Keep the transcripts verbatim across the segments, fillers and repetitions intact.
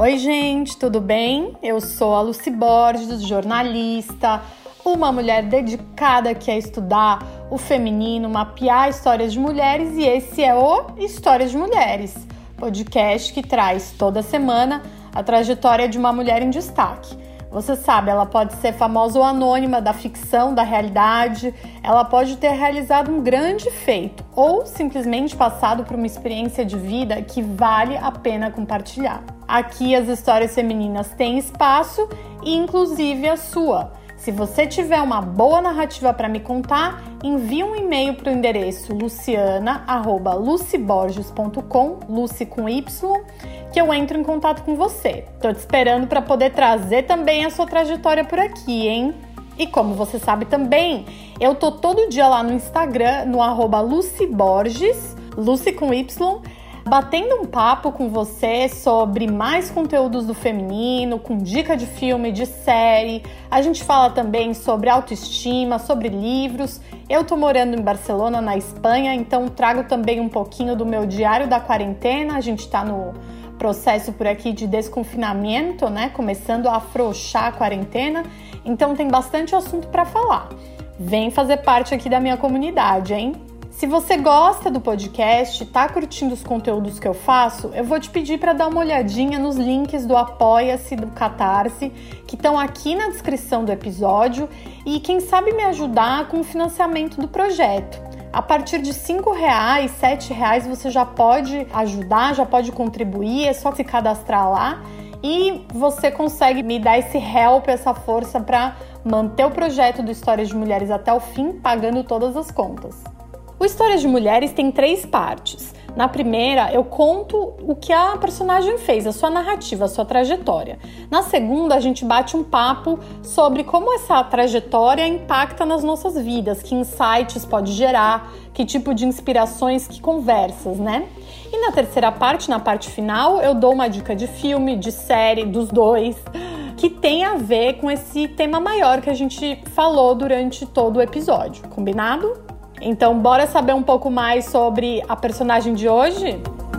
Oi gente, tudo bem? Eu sou a Lucy Borges, jornalista, uma mulher dedicada aqui a estudar o feminino, mapear histórias de mulheres, e esse é o Histórias de Mulheres, podcast que traz toda semana a trajetória de uma mulher em destaque. Você sabe, ela pode ser famosa ou anônima, da ficção, da realidade, ela pode ter realizado um grande feito ou simplesmente passado por uma experiência de vida que vale a pena compartilhar. Aqui as histórias femininas têm espaço e inclusive a sua. Se você tiver uma boa narrativa para me contar, envie um e-mail para o endereço luciana arroba lucyborges ponto com, Lucy com Y, que eu entro em contato com você. Tô te esperando para poder trazer também a sua trajetória por aqui, hein? E como você sabe também, eu tô todo dia lá no Instagram, no arroba lucyborges, Lucy com Y, batendo um papo com você sobre mais conteúdos do feminino, com dica de filme, de série. A gente fala também sobre autoestima, sobre livros. Eu tô morando em Barcelona, na Espanha, então trago também um pouquinho do meu diário da quarentena. A gente tá no processo por aqui de desconfinamento, né? Começando a afrouxar a quarentena. Então tem bastante assunto para falar. Vem fazer parte aqui da minha comunidade, hein? Se você gosta do podcast, tá curtindo os conteúdos que eu faço, eu vou te pedir para dar uma olhadinha nos links do Apoia-se, do Catarse, que estão aqui na descrição do episódio, e quem sabe me ajudar com o financiamento do projeto. A partir de cinco reais, sete reais você já pode ajudar, já pode contribuir, é só se cadastrar lá e você consegue me dar esse help, essa força para manter o projeto do Histórias de Mulheres até o fim, pagando todas as contas. O Histórias de Mulheres tem três partes. Na primeira, eu conto o que a personagem fez, a sua narrativa, a sua trajetória. Na segunda, a gente bate um papo sobre como essa trajetória impacta nas nossas vidas, que insights pode gerar, que tipo de inspirações, que conversas, né? E na terceira parte, na parte final, eu dou uma dica de filme, de série, dos dois, que tem a ver com esse tema maior que a gente falou durante todo o episódio. Combinado? Então, bora saber um pouco mais sobre a personagem de hoje?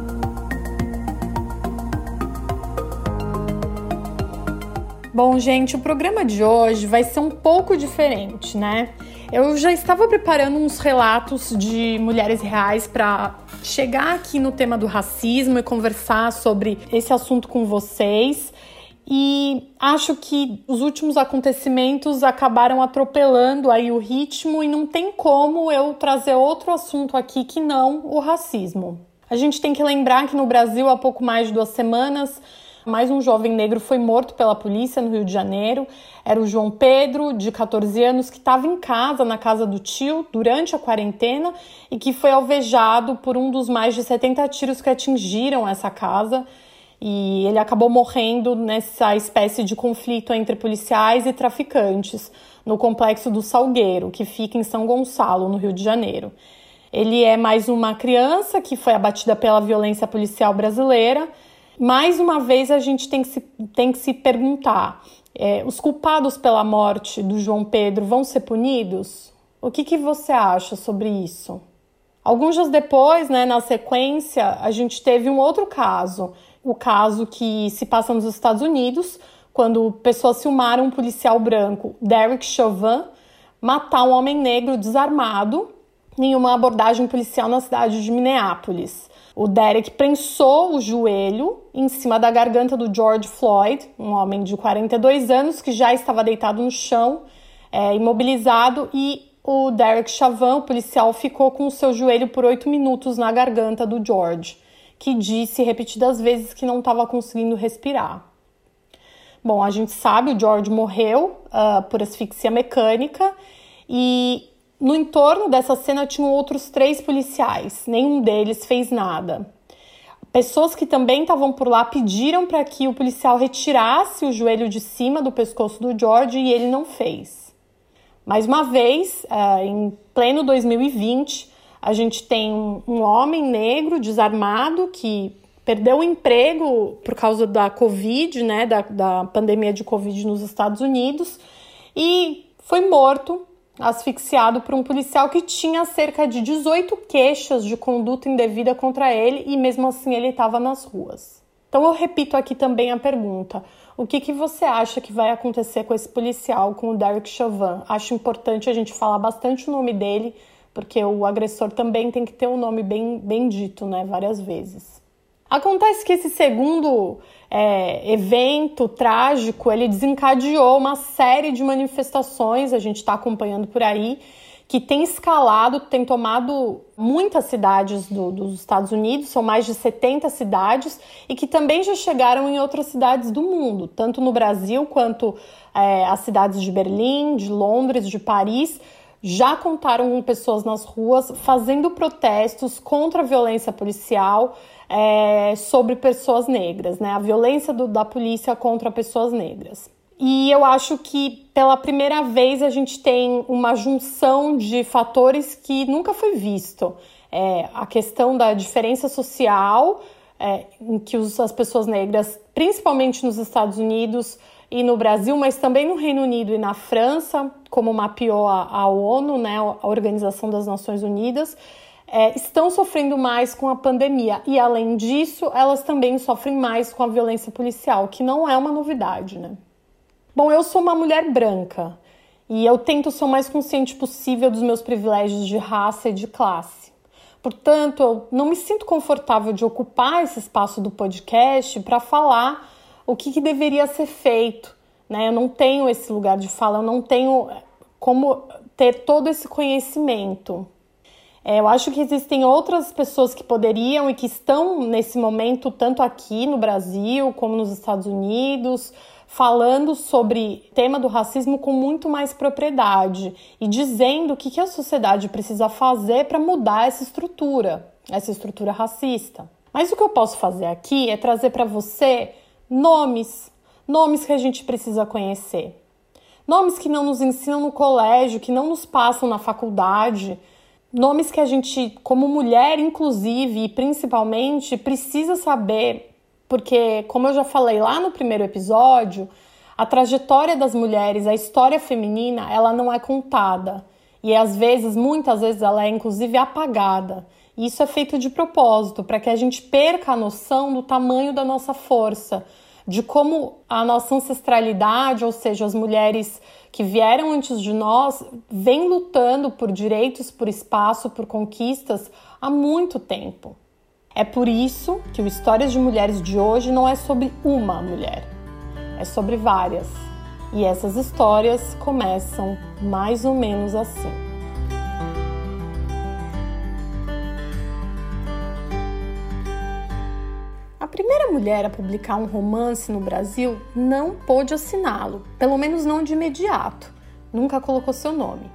Bom, gente, o programa de hoje vai ser um pouco diferente, né? Eu já estava preparando uns relatos de mulheres reais para chegar aqui no tema do racismo e conversar sobre esse assunto com vocês. E acho que os últimos acontecimentos acabaram atropelando aí o ritmo e não tem como eu trazer outro assunto aqui que não o racismo. A gente tem que lembrar que no Brasil, há pouco mais de duas semanas, mais um jovem negro foi morto pela polícia no Rio de Janeiro. Era o João Pedro, de catorze anos, que estava em casa, na casa do tio, durante a quarentena e que foi alvejado por um dos mais de setenta tiros que atingiram essa casa. E ele acabou morrendo nessa espécie de conflito entre policiais e traficantes no complexo do Salgueiro, que fica em São Gonçalo, no Rio de Janeiro. Ele é mais uma criança que foi abatida pela violência policial brasileira. Mais uma vez a gente tem que se, tem que se perguntar, é, os culpados pela morte do João Pedro vão ser punidos? O que, que você acha sobre isso? Alguns dias depois, né, na sequência, a gente teve um outro caso, o caso que se passa nos Estados Unidos, quando pessoas filmaram um policial branco, Derek Chauvin, matar um homem negro desarmado em uma abordagem policial na cidade de Minneapolis. O Derek prensou o joelho em cima da garganta do George Floyd, um homem de quarenta e dois anos que já estava deitado no chão, é, imobilizado, e o Derek Chauvin, o policial, ficou com o seu joelho por oito minutos na garganta do George, que disse repetidas vezes que não estava conseguindo respirar. Bom, a gente sabe, o George morreu uh, por asfixia mecânica e no entorno dessa cena tinham outros três policiais, nenhum deles fez nada. Pessoas que também estavam por lá pediram para que o policial retirasse o joelho de cima do pescoço do George e ele não fez. Mais uma vez, uh, em pleno dois mil e vinte, a gente tem um, um homem negro desarmado que perdeu o emprego por causa da Covid, né, da, da pandemia de Covid nos Estados Unidos, e foi morto, asfixiado por um policial que tinha cerca de dezoito queixas de conduta indevida contra ele e mesmo assim ele estava nas ruas. Então eu repito aqui também a pergunta. O que, que você acha que vai acontecer com esse policial, com o Derek Chauvin? Acho importante a gente falar bastante o nome dele, porque o agressor também tem que ter um nome bem, bem dito, né, várias vezes. Acontece que esse segundo é, evento trágico, ele desencadeou uma série de manifestações, a gente está acompanhando por aí, que tem escalado, tem tomado muitas cidades do, dos Estados Unidos, são mais de setenta cidades, e que também já chegaram em outras cidades do mundo, tanto no Brasil quanto é, as cidades de Berlim, de Londres, de Paris, já contaram com pessoas nas ruas fazendo protestos contra a violência policial é, sobre pessoas negras, né? A violência do, da polícia contra pessoas negras. E eu acho que pela primeira vez a gente tem uma junção de fatores que nunca foi visto. É, a questão da diferença social, é, em que os, as pessoas negras, principalmente nos Estados Unidos e no Brasil, mas também no Reino Unido e na França, como mapeou a, a ONU, né, a Organização das Nações Unidas, é, estão sofrendo mais com a pandemia. E, além disso, elas também sofrem mais com a violência policial, que não é uma novidade, né? Bom, eu sou uma mulher branca e eu tento ser o mais consciente possível dos meus privilégios de raça e de classe. Portanto, eu não me sinto confortável de ocupar esse espaço do podcast para falar o que, que deveria ser feito, né? Eu não tenho esse lugar de fala, eu não tenho como ter todo esse conhecimento. É, eu acho que existem outras pessoas que poderiam e que estão nesse momento, tanto aqui no Brasil como nos Estados Unidos, falando sobre o tema do racismo com muito mais propriedade e dizendo o que, que a sociedade precisa fazer para mudar essa estrutura, essa estrutura racista. Mas o que eu posso fazer aqui é trazer para você nomes, nomes que a gente precisa conhecer. Nomes que não nos ensinam no colégio, que não nos passam na faculdade. Nomes que a gente, como mulher, inclusive, e principalmente, precisa saber, porque, como eu já falei lá no primeiro episódio, a trajetória das mulheres, a história feminina, ela não é contada. E, às vezes, muitas vezes, ela é, inclusive, apagada. E isso é feito de propósito, para que a gente perca a noção do tamanho da nossa força, de como a nossa ancestralidade, ou seja, as mulheres que vieram antes de nós, vem lutando por direitos, por espaço, por conquistas há muito tempo. É por isso que o Histórias de Mulheres de hoje não é sobre uma mulher, é sobre várias. E essas histórias começam mais ou menos assim. A primeira mulher a publicar um romance no Brasil não pôde assiná-lo, pelo menos não de imediato, nunca colocou seu nome.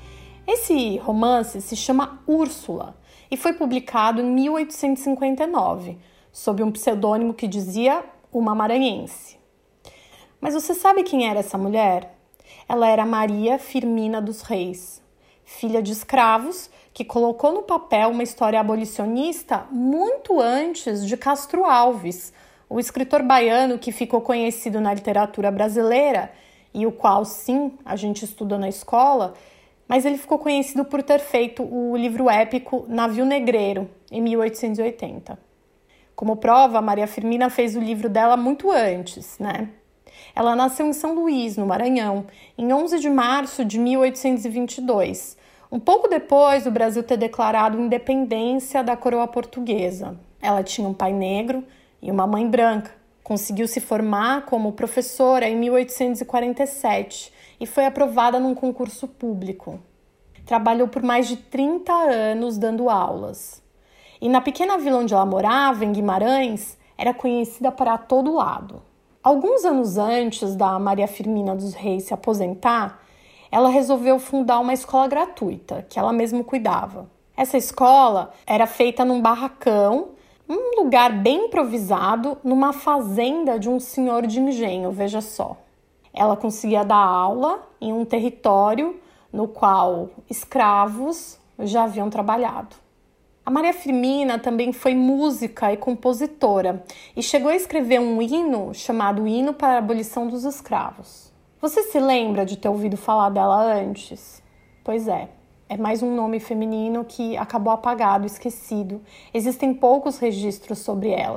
Esse romance se chama Úrsula e foi publicado em mil oitocentos e cinquenta e nove, sob um pseudônimo que dizia Uma Maranhense. Mas você sabe quem era essa mulher? Ela era Maria Firmina dos Reis, filha de escravos, que colocou no papel uma história abolicionista muito antes de Castro Alves, o escritor baiano que ficou conhecido na literatura brasileira e o qual, sim, a gente estuda na escola, mas ele ficou conhecido por ter feito o livro épico Navio Negreiro, em mil oitocentos e oitenta. Como prova, Maria Firmina fez o livro dela muito antes, né? Ela nasceu em São Luís, no Maranhão, em onze de março de mil oitocentos e vinte e dois, um pouco depois do Brasil ter declarado independência da coroa portuguesa. Ela tinha um pai negro e uma mãe branca. Conseguiu se formar como professora em mil oitocentos e quarenta e sete e foi aprovada num concurso público. Trabalhou por mais de trinta anos dando aulas. E na pequena vila onde ela morava, em Guimarães, era conhecida para todo lado. Alguns anos antes da Maria Firmina dos Reis se aposentar, ela resolveu fundar uma escola gratuita, que ela mesma cuidava. Essa escola era feita num barracão, um lugar bem improvisado, numa fazenda de um senhor de engenho, veja só. Ela conseguia dar aula em um território no qual escravos já haviam trabalhado. A Maria Firmina também foi música e compositora e chegou a escrever um hino chamado Hino para a Abolição dos Escravos. Você se lembra de ter ouvido falar dela antes? Pois é, é mais um nome feminino que acabou apagado, esquecido. Existem poucos registros sobre ela.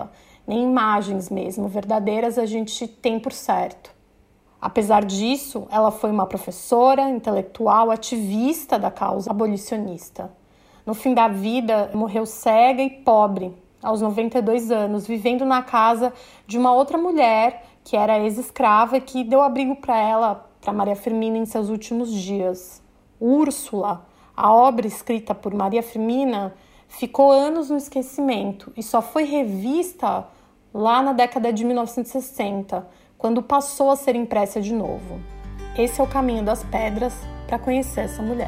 nem imagens mesmo verdadeiras a gente tem por certo. Apesar disso, ela foi uma professora, intelectual, ativista da causa abolicionista. No fim da vida, morreu cega e pobre, aos noventa e dois anos, vivendo na casa de uma outra mulher que era ex-escrava e que deu abrigo para ela, para Maria Firmina, em seus últimos dias. Úrsula, a obra escrita por Maria Firmina, ficou anos no esquecimento e só foi revista lá na década de mil novecentos e sessenta, quando passou a ser impressa de novo. Esse é o caminho das pedras para conhecer essa mulher.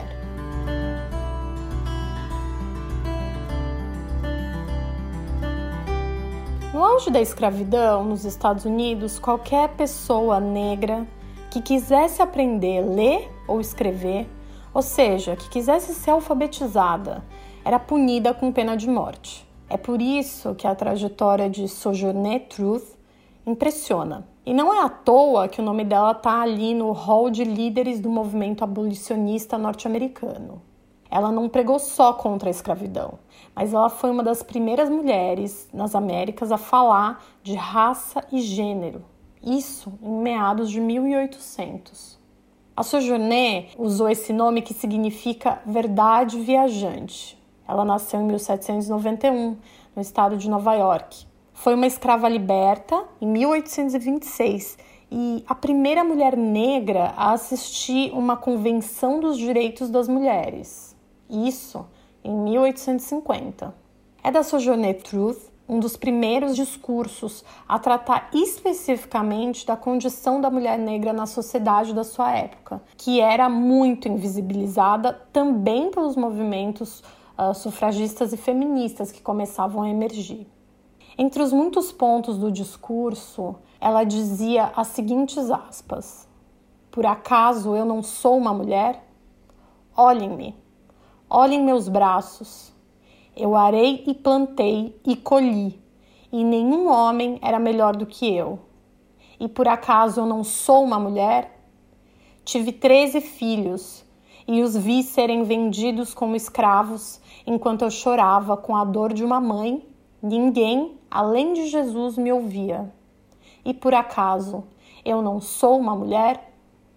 No auge da escravidão nos Estados Unidos, qualquer pessoa negra que quisesse aprender a ler ou escrever, ou seja, que quisesse ser alfabetizada, era punida com pena de morte. É por isso que a trajetória de Sojourner Truth impressiona. E não é à toa que o nome dela está ali no hall de líderes do movimento abolicionista norte-americano. Ela não pregou só contra a escravidão, mas ela foi uma das primeiras mulheres nas Américas a falar de raça e gênero. Isso em meados de mil e oitocentos. A Sojourner usou esse nome que significa verdade viajante. Ela nasceu em mil setecentos e noventa e um, no estado de Nova York. Foi uma escrava liberta em mil oitocentos e vinte e seis e a primeira mulher negra a assistir uma convenção dos direitos das mulheres. Isso em mil oitocentos e cinquenta. É da Sojourner Truth um dos primeiros discursos a tratar especificamente da condição da mulher negra na sociedade da sua época, que era muito invisibilizada também pelos movimentos uh, sufragistas e feministas que começavam a emergir. Entre os muitos pontos do discurso, ela dizia as seguintes aspas: "Por acaso eu não sou uma mulher? Olhem-me, olhem meus braços. Eu arei e plantei e colhi, e nenhum homem era melhor do que eu. E por acaso eu não sou uma mulher? Tive treze filhos, e os vi serem vendidos como escravos, enquanto eu chorava com a dor de uma mãe. Ninguém, além de Jesus, me ouvia. E por acaso eu não sou uma mulher?"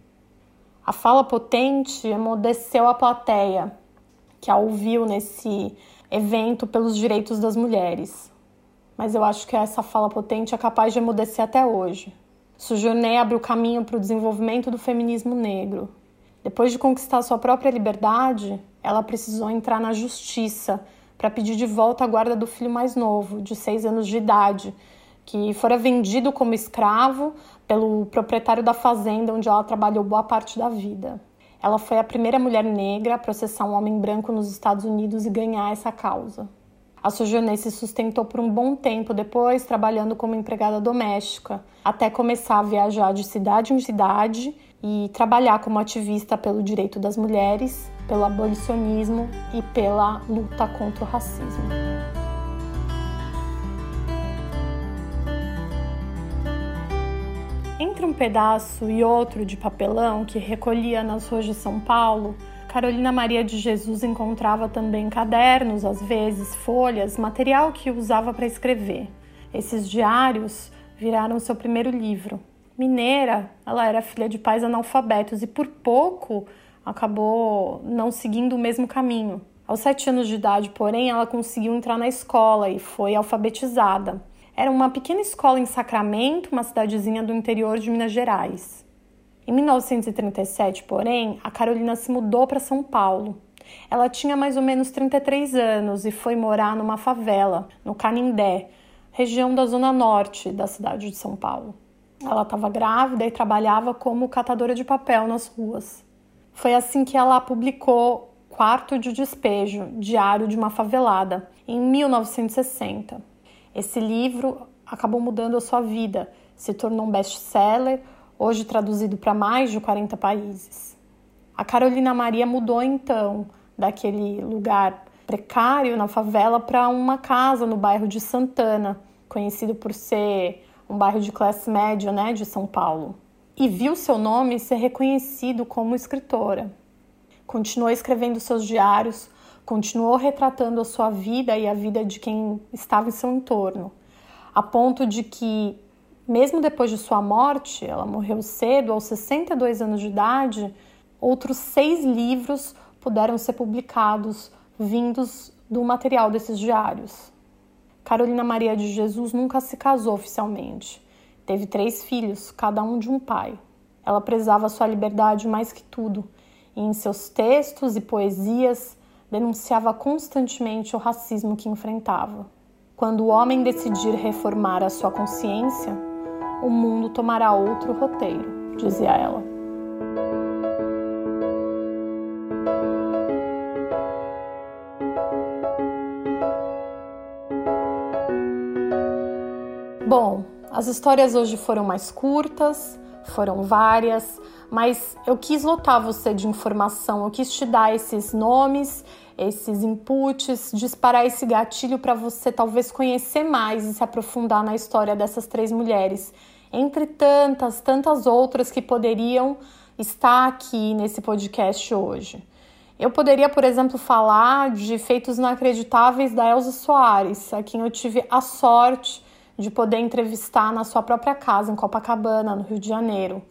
A fala potente emudeceu a plateia, que a ouviu nesse evento pelos direitos das mulheres. Mas eu acho que essa fala potente é capaz de emudecer até hoje. Sojourner abriu caminho para o desenvolvimento do feminismo negro. Depois de conquistar sua própria liberdade, ela precisou entrar na justiça para pedir de volta a guarda do filho mais novo, de seis anos de idade, que fora vendido como escravo pelo proprietário da fazenda onde ela trabalhou boa parte da vida. Ela foi a primeira mulher negra a processar um homem branco nos Estados Unidos e ganhar essa causa. A Sojourner se sustentou por um bom tempo depois, trabalhando como empregada doméstica, até começar a viajar de cidade em cidade e trabalhar como ativista pelo direito das mulheres, pelo abolicionismo e pela luta contra o racismo. Entre um pedaço e outro de papelão que recolhia nas ruas de São Paulo, Carolina Maria de Jesus encontrava também cadernos, às vezes folhas, material que usava para escrever. Esses diários viraram seu primeiro livro. Mineira, ela era filha de pais analfabetos e por pouco acabou não seguindo o mesmo caminho. Aos sete anos de idade, porém, ela conseguiu entrar na escola e foi alfabetizada. Era uma pequena escola em Sacramento, uma cidadezinha do interior de Minas Gerais. Em mil novecentos e trinta e sete, porém, a Carolina se mudou para São Paulo. Ela tinha mais ou menos trinta e três anos e foi morar numa favela, no Canindé, região da zona norte da cidade de São Paulo. Ela estava grávida e trabalhava como catadora de papel nas ruas. Foi assim que ela publicou Quarto de Despejo, Diário de uma Favelada, em mil novecentos e sessenta. Esse livro acabou mudando a sua vida, se tornou um best-seller, hoje traduzido para mais de quarenta países. A Carolina Maria mudou então daquele lugar precário na favela para uma casa no bairro de Santana, conhecido por ser um bairro de classe média, né, de São Paulo, e viu seu nome ser reconhecido como escritora. Continuou escrevendo seus diários, continuou retratando a sua vida e a vida de quem estava em seu entorno. a ponto de que, mesmo depois de sua morte, ela morreu cedo, aos sessenta e dois anos de idade, outros seis livros puderam ser publicados vindos do material desses diários. Carolina Maria de Jesus nunca se casou oficialmente. Teve três filhos, cada um de um pai. Ela prezava sua liberdade mais que tudo, e em seus textos e poesias denunciava constantemente o racismo que enfrentava. Quando o homem decidir reformar a sua consciência, o mundo tomará outro roteiro, dizia ela. Bom, as histórias hoje foram mais curtas, foram várias, mas eu quis lotar você de informação, eu quis te dar esses nomes, esses inputs, disparar esse gatilho para você talvez conhecer mais e se aprofundar na história dessas três mulheres, entre tantas, tantas outras que poderiam estar aqui nesse podcast hoje. Eu poderia, por exemplo, falar de feitos inacreditáveis da Elza Soares, a quem eu tive a sorte de poder entrevistar na sua própria casa, em Copacabana, no Rio de Janeiro.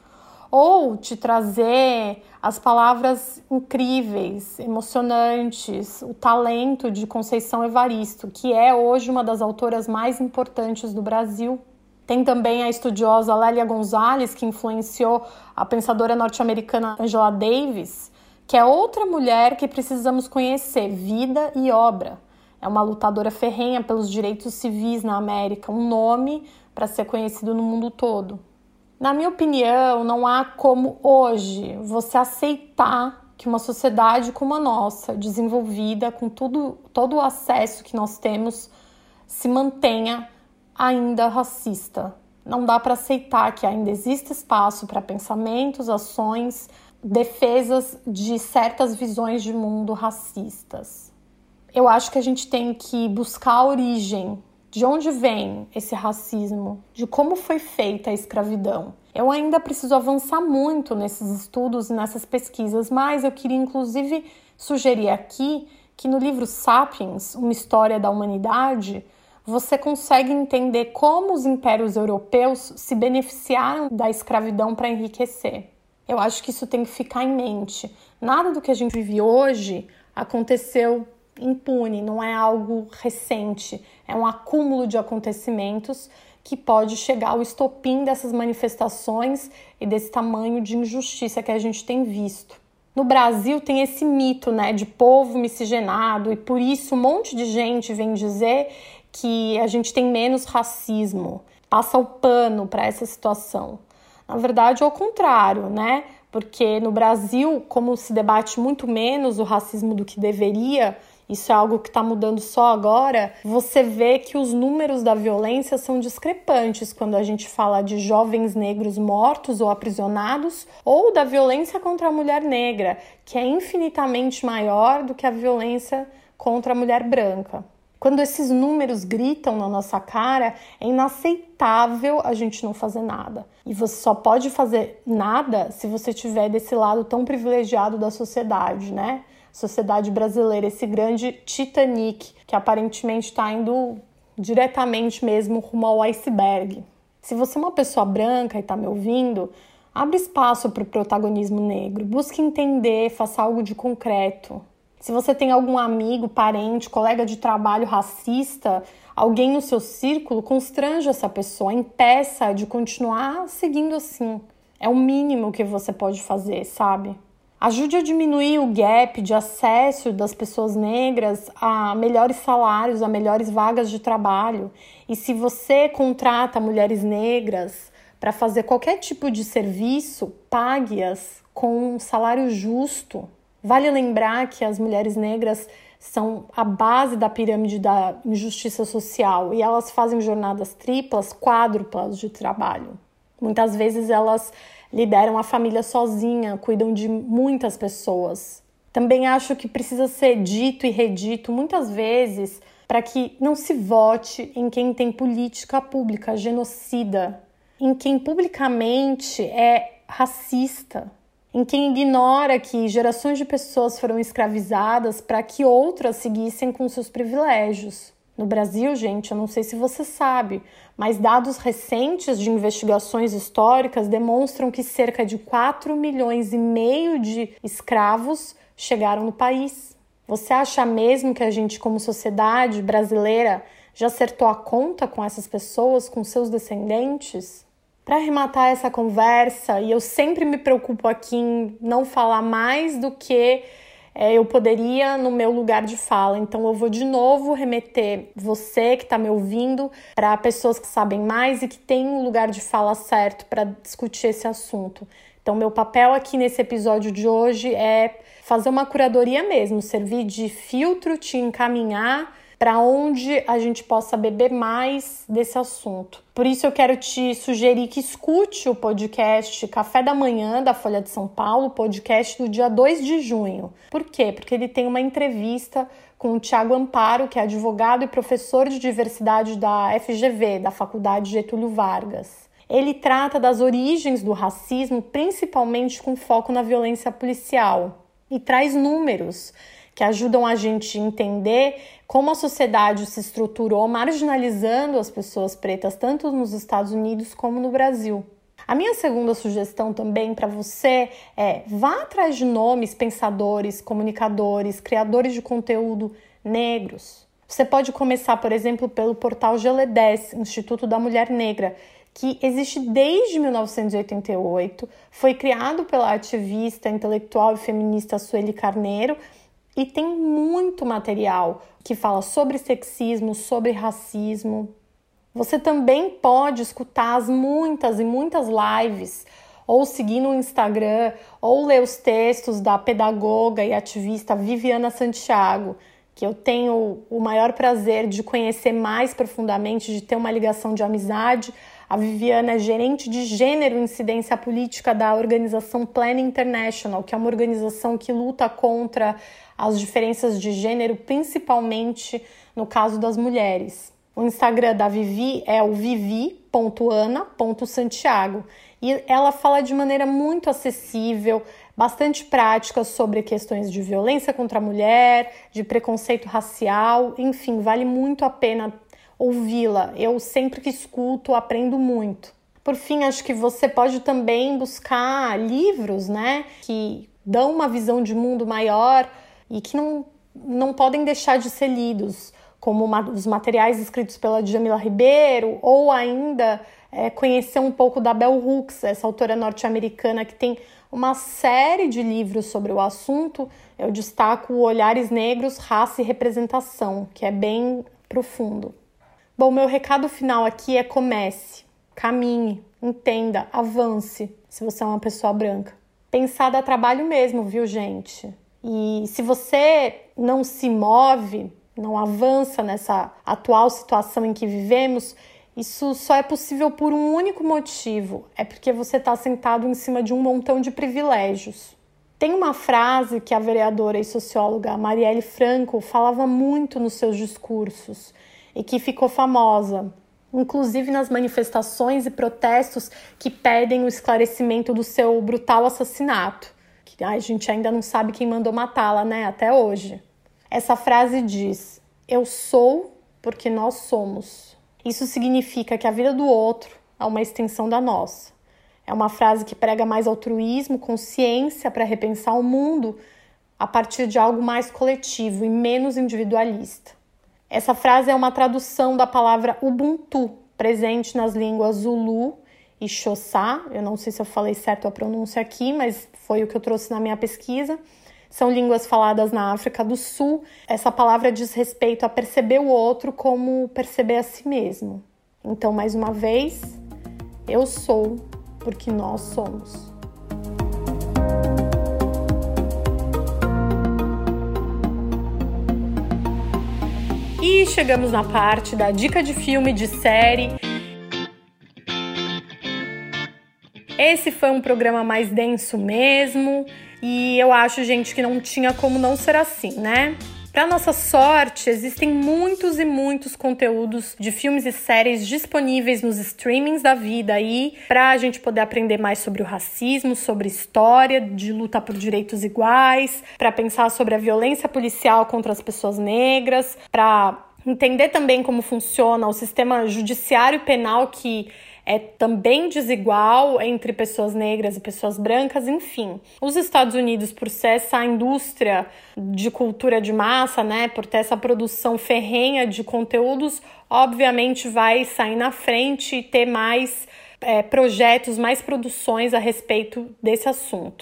Ou te trazer as palavras incríveis, emocionantes, o talento de Conceição Evaristo, que é hoje uma das autoras mais importantes do Brasil. Tem também a estudiosa Lélia Gonzalez, que influenciou a pensadora norte-americana Angela Davis, que é outra mulher que precisamos conhecer, vida e obra. É uma lutadora ferrenha pelos direitos civis na América, um nome para ser conhecido no mundo todo. Na minha opinião, não há como hoje você aceitar que uma sociedade como a nossa, desenvolvida, com tudo, todo o acesso que nós temos, se mantenha ainda racista. Não dá para aceitar que ainda existe espaço para pensamentos, ações, defesas de certas visões de mundo racistas. Eu acho que a gente tem que buscar a origem, de onde vem esse racismo, de como foi feita a escravidão. Eu ainda preciso avançar muito nesses estudos e nessas pesquisas, mas eu queria inclusive sugerir aqui que no livro Sapiens, Uma História da Humanidade, você consegue entender como os impérios europeus se beneficiaram da escravidão para enriquecer. Eu acho que isso tem que ficar em mente. Nada do que a gente vive hoje aconteceu impune, não é algo recente, é um acúmulo de acontecimentos que pode chegar ao estopim dessas manifestações e desse tamanho de injustiça que a gente tem visto. No Brasil tem esse mito, né, de povo miscigenado, e por isso um monte de gente vem dizer que a gente tem menos racismo, passa o pano para essa situação. Na verdade, é o contrário, né? Porque no Brasil, como se debate muito menos o racismo do que deveria, isso é algo que está mudando só agora, você vê que os números da violência são discrepantes quando a gente fala de jovens negros mortos ou aprisionados, ou da violência contra a mulher negra, que é infinitamente maior do que a violência contra a mulher branca. Quando esses números gritam na nossa cara, é inaceitável a gente não fazer nada. E você só pode fazer nada se você estiver desse lado tão privilegiado da sociedade, né? Sociedade brasileira, esse grande Titanic, que aparentemente está indo diretamente mesmo rumo ao iceberg. Se você é uma pessoa branca e está me ouvindo, abre espaço para o protagonismo negro, busque entender, faça algo de concreto. Se você tem algum amigo, parente, colega de trabalho racista, alguém no seu círculo, constranja essa pessoa, impeça de continuar seguindo assim. É o mínimo que você pode fazer, sabe? Ajude a diminuir o gap de acesso das pessoas negras a melhores salários, a melhores vagas de trabalho. E se você contrata mulheres negras para fazer qualquer tipo de serviço, pague-as com um salário justo. Vale lembrar que as mulheres negras são a base da pirâmide da injustiça social e elas fazem jornadas triplas, quádruplas de trabalho. Muitas vezes elas lideram a família sozinha, cuidam de muitas pessoas. Também acho que precisa ser dito e redito muitas vezes para que não se vote em quem tem política pública genocida, em quem publicamente é racista, em quem ignora que gerações de pessoas foram escravizadas para que outras seguissem com seus privilégios. No Brasil, gente, eu não sei se você sabe, mas dados recentes de investigações históricas demonstram que cerca de quatro milhões e meio de escravos chegaram no país. Você acha mesmo que a gente, como sociedade brasileira, já acertou a conta com essas pessoas, com seus descendentes? Para arrematar essa conversa, e eu sempre me preocupo aqui em não falar mais do que é, eu poderia no meu lugar de fala, então eu vou de novo remeter você que está me ouvindo para pessoas que sabem mais e que têm um lugar de fala certo para discutir esse assunto. Então, meu papel aqui nesse episódio de hoje é fazer uma curadoria mesmo, servir de filtro, te encaminhar para onde a gente possa beber mais desse assunto. Por isso eu quero te sugerir que escute o podcast Café da Manhã da Folha de São Paulo, podcast do dia dois de junho. Por quê? Porque ele tem uma entrevista com o Thiago Amparo, que é advogado e professor de diversidade da F G V, da Faculdade Getúlio Vargas. Ele trata das origens do racismo, principalmente com foco na violência policial, e traz números que ajudam a gente a entender como a sociedade se estruturou, marginalizando as pessoas pretas, tanto nos Estados Unidos como no Brasil. A minha segunda sugestão também para você é: vá atrás de nomes, pensadores, comunicadores, criadores de conteúdo negros. Você pode começar, por exemplo, pelo portal G L E dez, Instituto da Mulher Negra, que existe desde mil novecentos e oitenta e oito, foi criado pela ativista intelectual e feminista Sueli Carneiro, e tem muito material que fala sobre sexismo, sobre racismo. Você também pode escutar as muitas e muitas lives, ou seguir no Instagram, ou ler os textos da pedagoga e ativista Viviana Santiago, que eu tenho o maior prazer de conhecer mais profundamente, de ter uma ligação de amizade. A Viviana é gerente de gênero e incidência política da organização Plan International, que é uma organização que luta contra as diferenças de gênero, principalmente no caso das mulheres. O Instagram da Vivi é o vivi ponto ana ponto santiago e ela fala de maneira muito acessível, bastante prática sobre questões de violência contra a mulher, de preconceito racial, enfim, vale muito a pena ouvi-la. Eu sempre que escuto, aprendo muito. Por fim, acho que você pode também buscar livros, né, que dão uma visão de mundo maior e que não, não podem deixar de ser lidos, como uma, os materiais escritos pela Djamila Ribeiro, ou ainda é, conhecer um pouco da Bell Hooks, essa autora norte-americana que tem uma série de livros sobre o assunto. Eu destaco Olhares Negros, Raça e Representação, que é bem profundo. Bom, meu recado final aqui é: comece, caminhe, entenda, avance, se você é uma pessoa branca. Pensar dá trabalho mesmo, viu, gente? E se você não se move, não avança nessa atual situação em que vivemos, isso só é possível por um único motivo: é porque você está sentado em cima de um montão de privilégios. Tem uma frase que a vereadora e socióloga Marielle Franco falava muito nos seus discursos e que ficou famosa, inclusive nas manifestações e protestos que pedem o esclarecimento do seu brutal assassinato, que a gente ainda não sabe quem mandou matá-la, né, até hoje. Essa frase diz: eu sou porque nós somos. Isso significa que a vida do outro é uma extensão da nossa. É uma frase que prega mais altruísmo, consciência para repensar o mundo a partir de algo mais coletivo e menos individualista. Essa frase é uma tradução da palavra Ubuntu, presente nas línguas Zulu e Xhosa. Eu não sei se eu falei certo a pronúncia aqui, mas foi o que eu trouxe na minha pesquisa. São línguas faladas na África do Sul. Essa palavra diz respeito a perceber o outro como perceber a si mesmo. Então, mais uma vez, eu sou porque nós somos. E chegamos na parte da dica de filme, de série. Esse foi um programa mais denso mesmo, e eu acho, gente, que não tinha como não ser assim, né? Para nossa sorte, existem muitos e muitos conteúdos de filmes e séries disponíveis nos streamings da vida aí, para a gente poder aprender mais sobre o racismo, sobre história, de luta por direitos iguais, para pensar sobre a violência policial contra as pessoas negras, para entender também como funciona o sistema judiciário penal, que é também desigual entre pessoas negras e pessoas brancas, enfim. Os Estados Unidos, por ser essa indústria de cultura de massa, né, por ter essa produção ferrenha de conteúdos, obviamente vai sair na frente e ter mais é, projetos, mais produções a respeito desse assunto.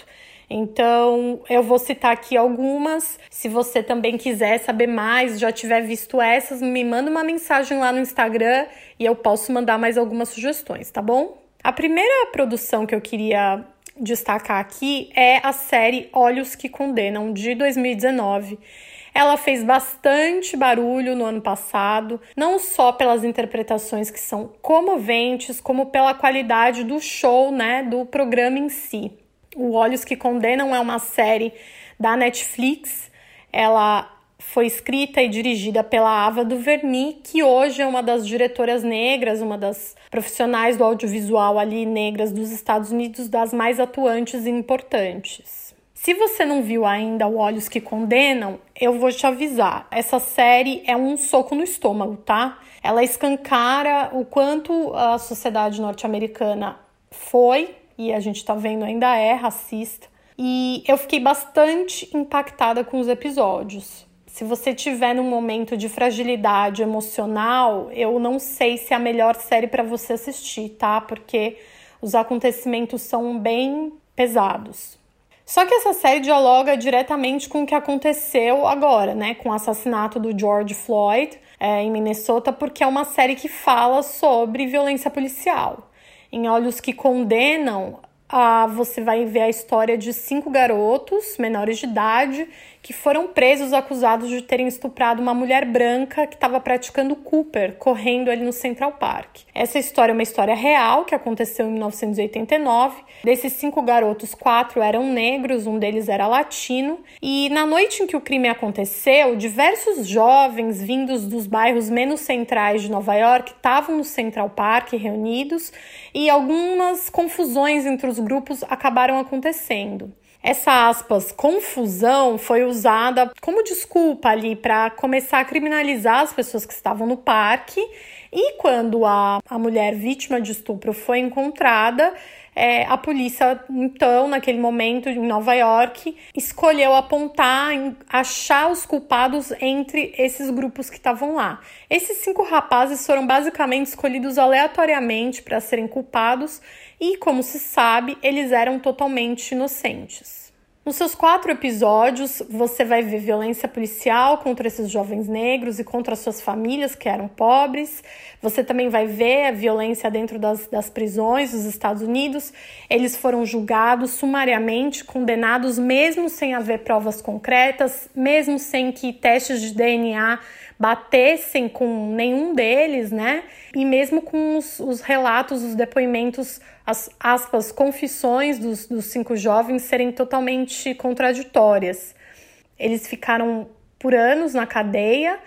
Então, eu vou citar aqui algumas. Se você também quiser saber mais, já tiver visto essas, me manda uma mensagem lá no Instagram e eu posso mandar mais algumas sugestões, tá bom? A primeira produção que eu queria destacar aqui é a série Olhos que Condenam, de dois mil e dezenove. Ela fez bastante barulho no ano passado, não só pelas interpretações que são comoventes, como pela qualidade do show, né, do programa em si. O Olhos que Condenam é uma série da Netflix. Ela foi escrita e dirigida pela Ava DuVernay, que hoje é uma das diretoras negras, uma das profissionais do audiovisual ali negras dos Estados Unidos, das mais atuantes e importantes. Se você não viu ainda o Olhos que Condenam, eu vou te avisar. Essa série é um soco no estômago, tá? Ela escancara o quanto a sociedade norte-americana foi, e a gente tá vendo ainda é racista, e eu fiquei bastante impactada com os episódios. Se você tiver num momento de fragilidade emocional, eu não sei se é a melhor série para você assistir, tá? Porque os acontecimentos são bem pesados. Só que essa série dialoga diretamente com o que aconteceu agora, né? Com o assassinato do George Floyd é, em Minnesota, porque é uma série que fala sobre violência policial. Em Olhos que Condenam, ah, você vai ver a história de cinco garotos menores de idade que foram presos acusados de terem estuprado uma mulher branca que estava praticando Cooper, correndo ali no Central Park. Essa história é uma história real que aconteceu em mil novecentos e oitenta e nove. Desses cinco garotos, quatro eram negros, um deles era latino. E na noite em que o crime aconteceu, diversos jovens vindos dos bairros menos centrais de Nova York estavam no Central Park reunidos e algumas confusões entre os grupos acabaram acontecendo. Essa, aspas, confusão foi usada como desculpa ali para começar a criminalizar as pessoas que estavam no parque, e quando a, a mulher vítima de estupro foi encontrada, é, a polícia, então, naquele momento, em Nova York, escolheu apontar, achar os culpados entre esses grupos que estavam lá. Esses cinco rapazes foram basicamente escolhidos aleatoriamente para serem culpados e, como se sabe, eles eram totalmente inocentes. Nos seus quatro episódios, você vai ver violência policial contra esses jovens negros e contra suas famílias que eram pobres. Você também vai ver a violência dentro das, das prisões dos Estados Unidos. Eles foram julgados sumariamente, condenados, mesmo sem haver provas concretas, mesmo sem que testes de D N A batessem com nenhum deles, né? E mesmo com os, os relatos, os depoimentos, as aspas, confissões dos, dos cinco jovens serem totalmente contraditórias. Eles ficaram por anos na cadeia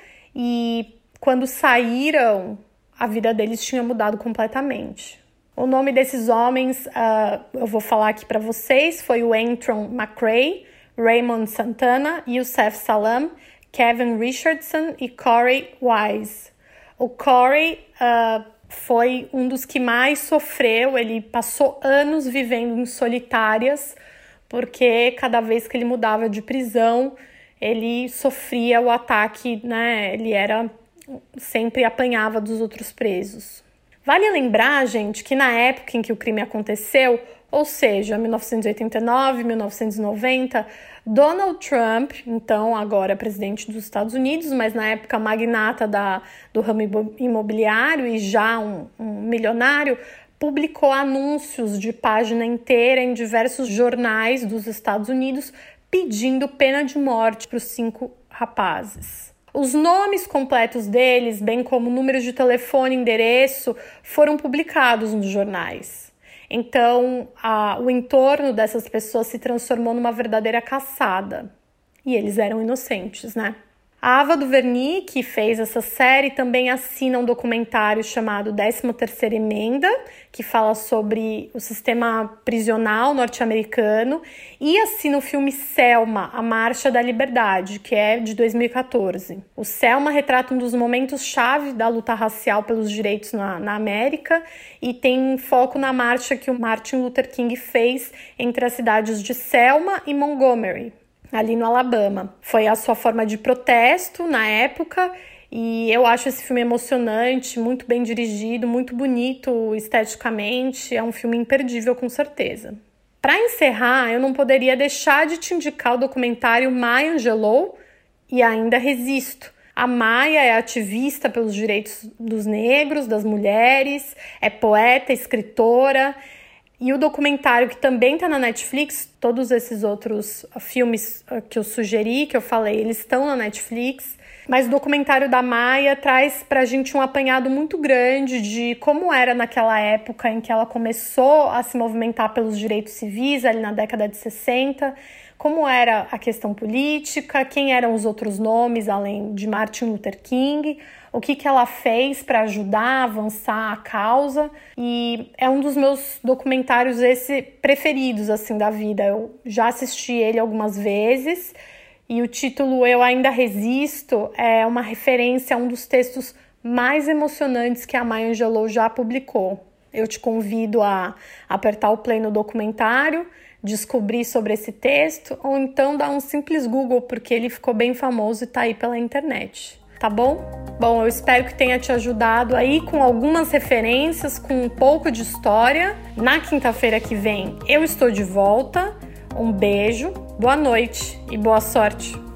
e quando saíram, a vida deles tinha mudado completamente. O nome desses homens, uh, eu vou falar aqui para vocês, foi o Antron McRae, Raymond Santana, Youssef Salem, Kevin Richardson e Corey Wise. O Corey uh, foi um dos que mais sofreu, ele passou anos vivendo em solitárias, porque cada vez que ele mudava de prisão, ele sofria o ataque, né? Ele era, sempre apanhava dos outros presos. Vale lembrar, gente, que na época em que o crime aconteceu, ou seja, mil novecentos e oitenta e nove, mil novecentos e noventa, Donald Trump, então agora presidente dos Estados Unidos, mas na época magnata da, do ramo imobiliário e já um, um milionário, publicou anúncios de página inteira em diversos jornais dos Estados Unidos pedindo pena de morte para os cinco rapazes. Os nomes completos deles, bem como números de telefone e endereço, foram publicados nos jornais. Então, a, o entorno dessas pessoas se transformou numa verdadeira caçada. E eles eram inocentes, né? A Ava DuVernay, que fez essa série, também assina um documentário chamado décima terceira Emenda, que fala sobre o sistema prisional norte-americano, e assina o filme Selma, A Marcha da Liberdade, que é de dois mil e catorze. O Selma retrata um dos momentos-chave da luta racial pelos direitos na, na América e tem foco na marcha que o Martin Luther King fez entre as cidades de Selma e Montgomery, ali no Alabama. Foi a sua forma de protesto na época e eu acho esse filme emocionante, muito bem dirigido, muito bonito esteticamente, é um filme imperdível com certeza. Para encerrar, eu não poderia deixar de te indicar o documentário Maya Angelou e Ainda Resisto. A Maya é ativista pelos direitos dos negros, das mulheres, é poeta, escritora. E o documentário que também está na Netflix, todos esses outros filmes que eu sugeri, que eu falei, eles estão na Netflix. Mas o documentário da Maya traz pra gente um apanhado muito grande de como era naquela época em que ela começou a se movimentar pelos direitos civis, ali na década de sessenta, como era a questão política, quem eram os outros nomes além de Martin Luther King, o que, que ela fez para ajudar a avançar a causa. E é um dos meus documentários esse preferidos assim da vida. Eu já assisti ele algumas vezes e o título Eu Ainda Resisto é uma referência a um dos textos mais emocionantes que a Maya Angelou já publicou. Eu te convido a apertar o play no documentário, descobrir sobre esse texto ou então dar um simples Google, porque ele ficou bem famoso e tá aí pela internet. Tá bom? Bom, eu espero que tenha te ajudado aí com algumas referências, com um pouco de história. Na quinta-feira que vem eu estou de volta. Um beijo, boa noite e boa sorte!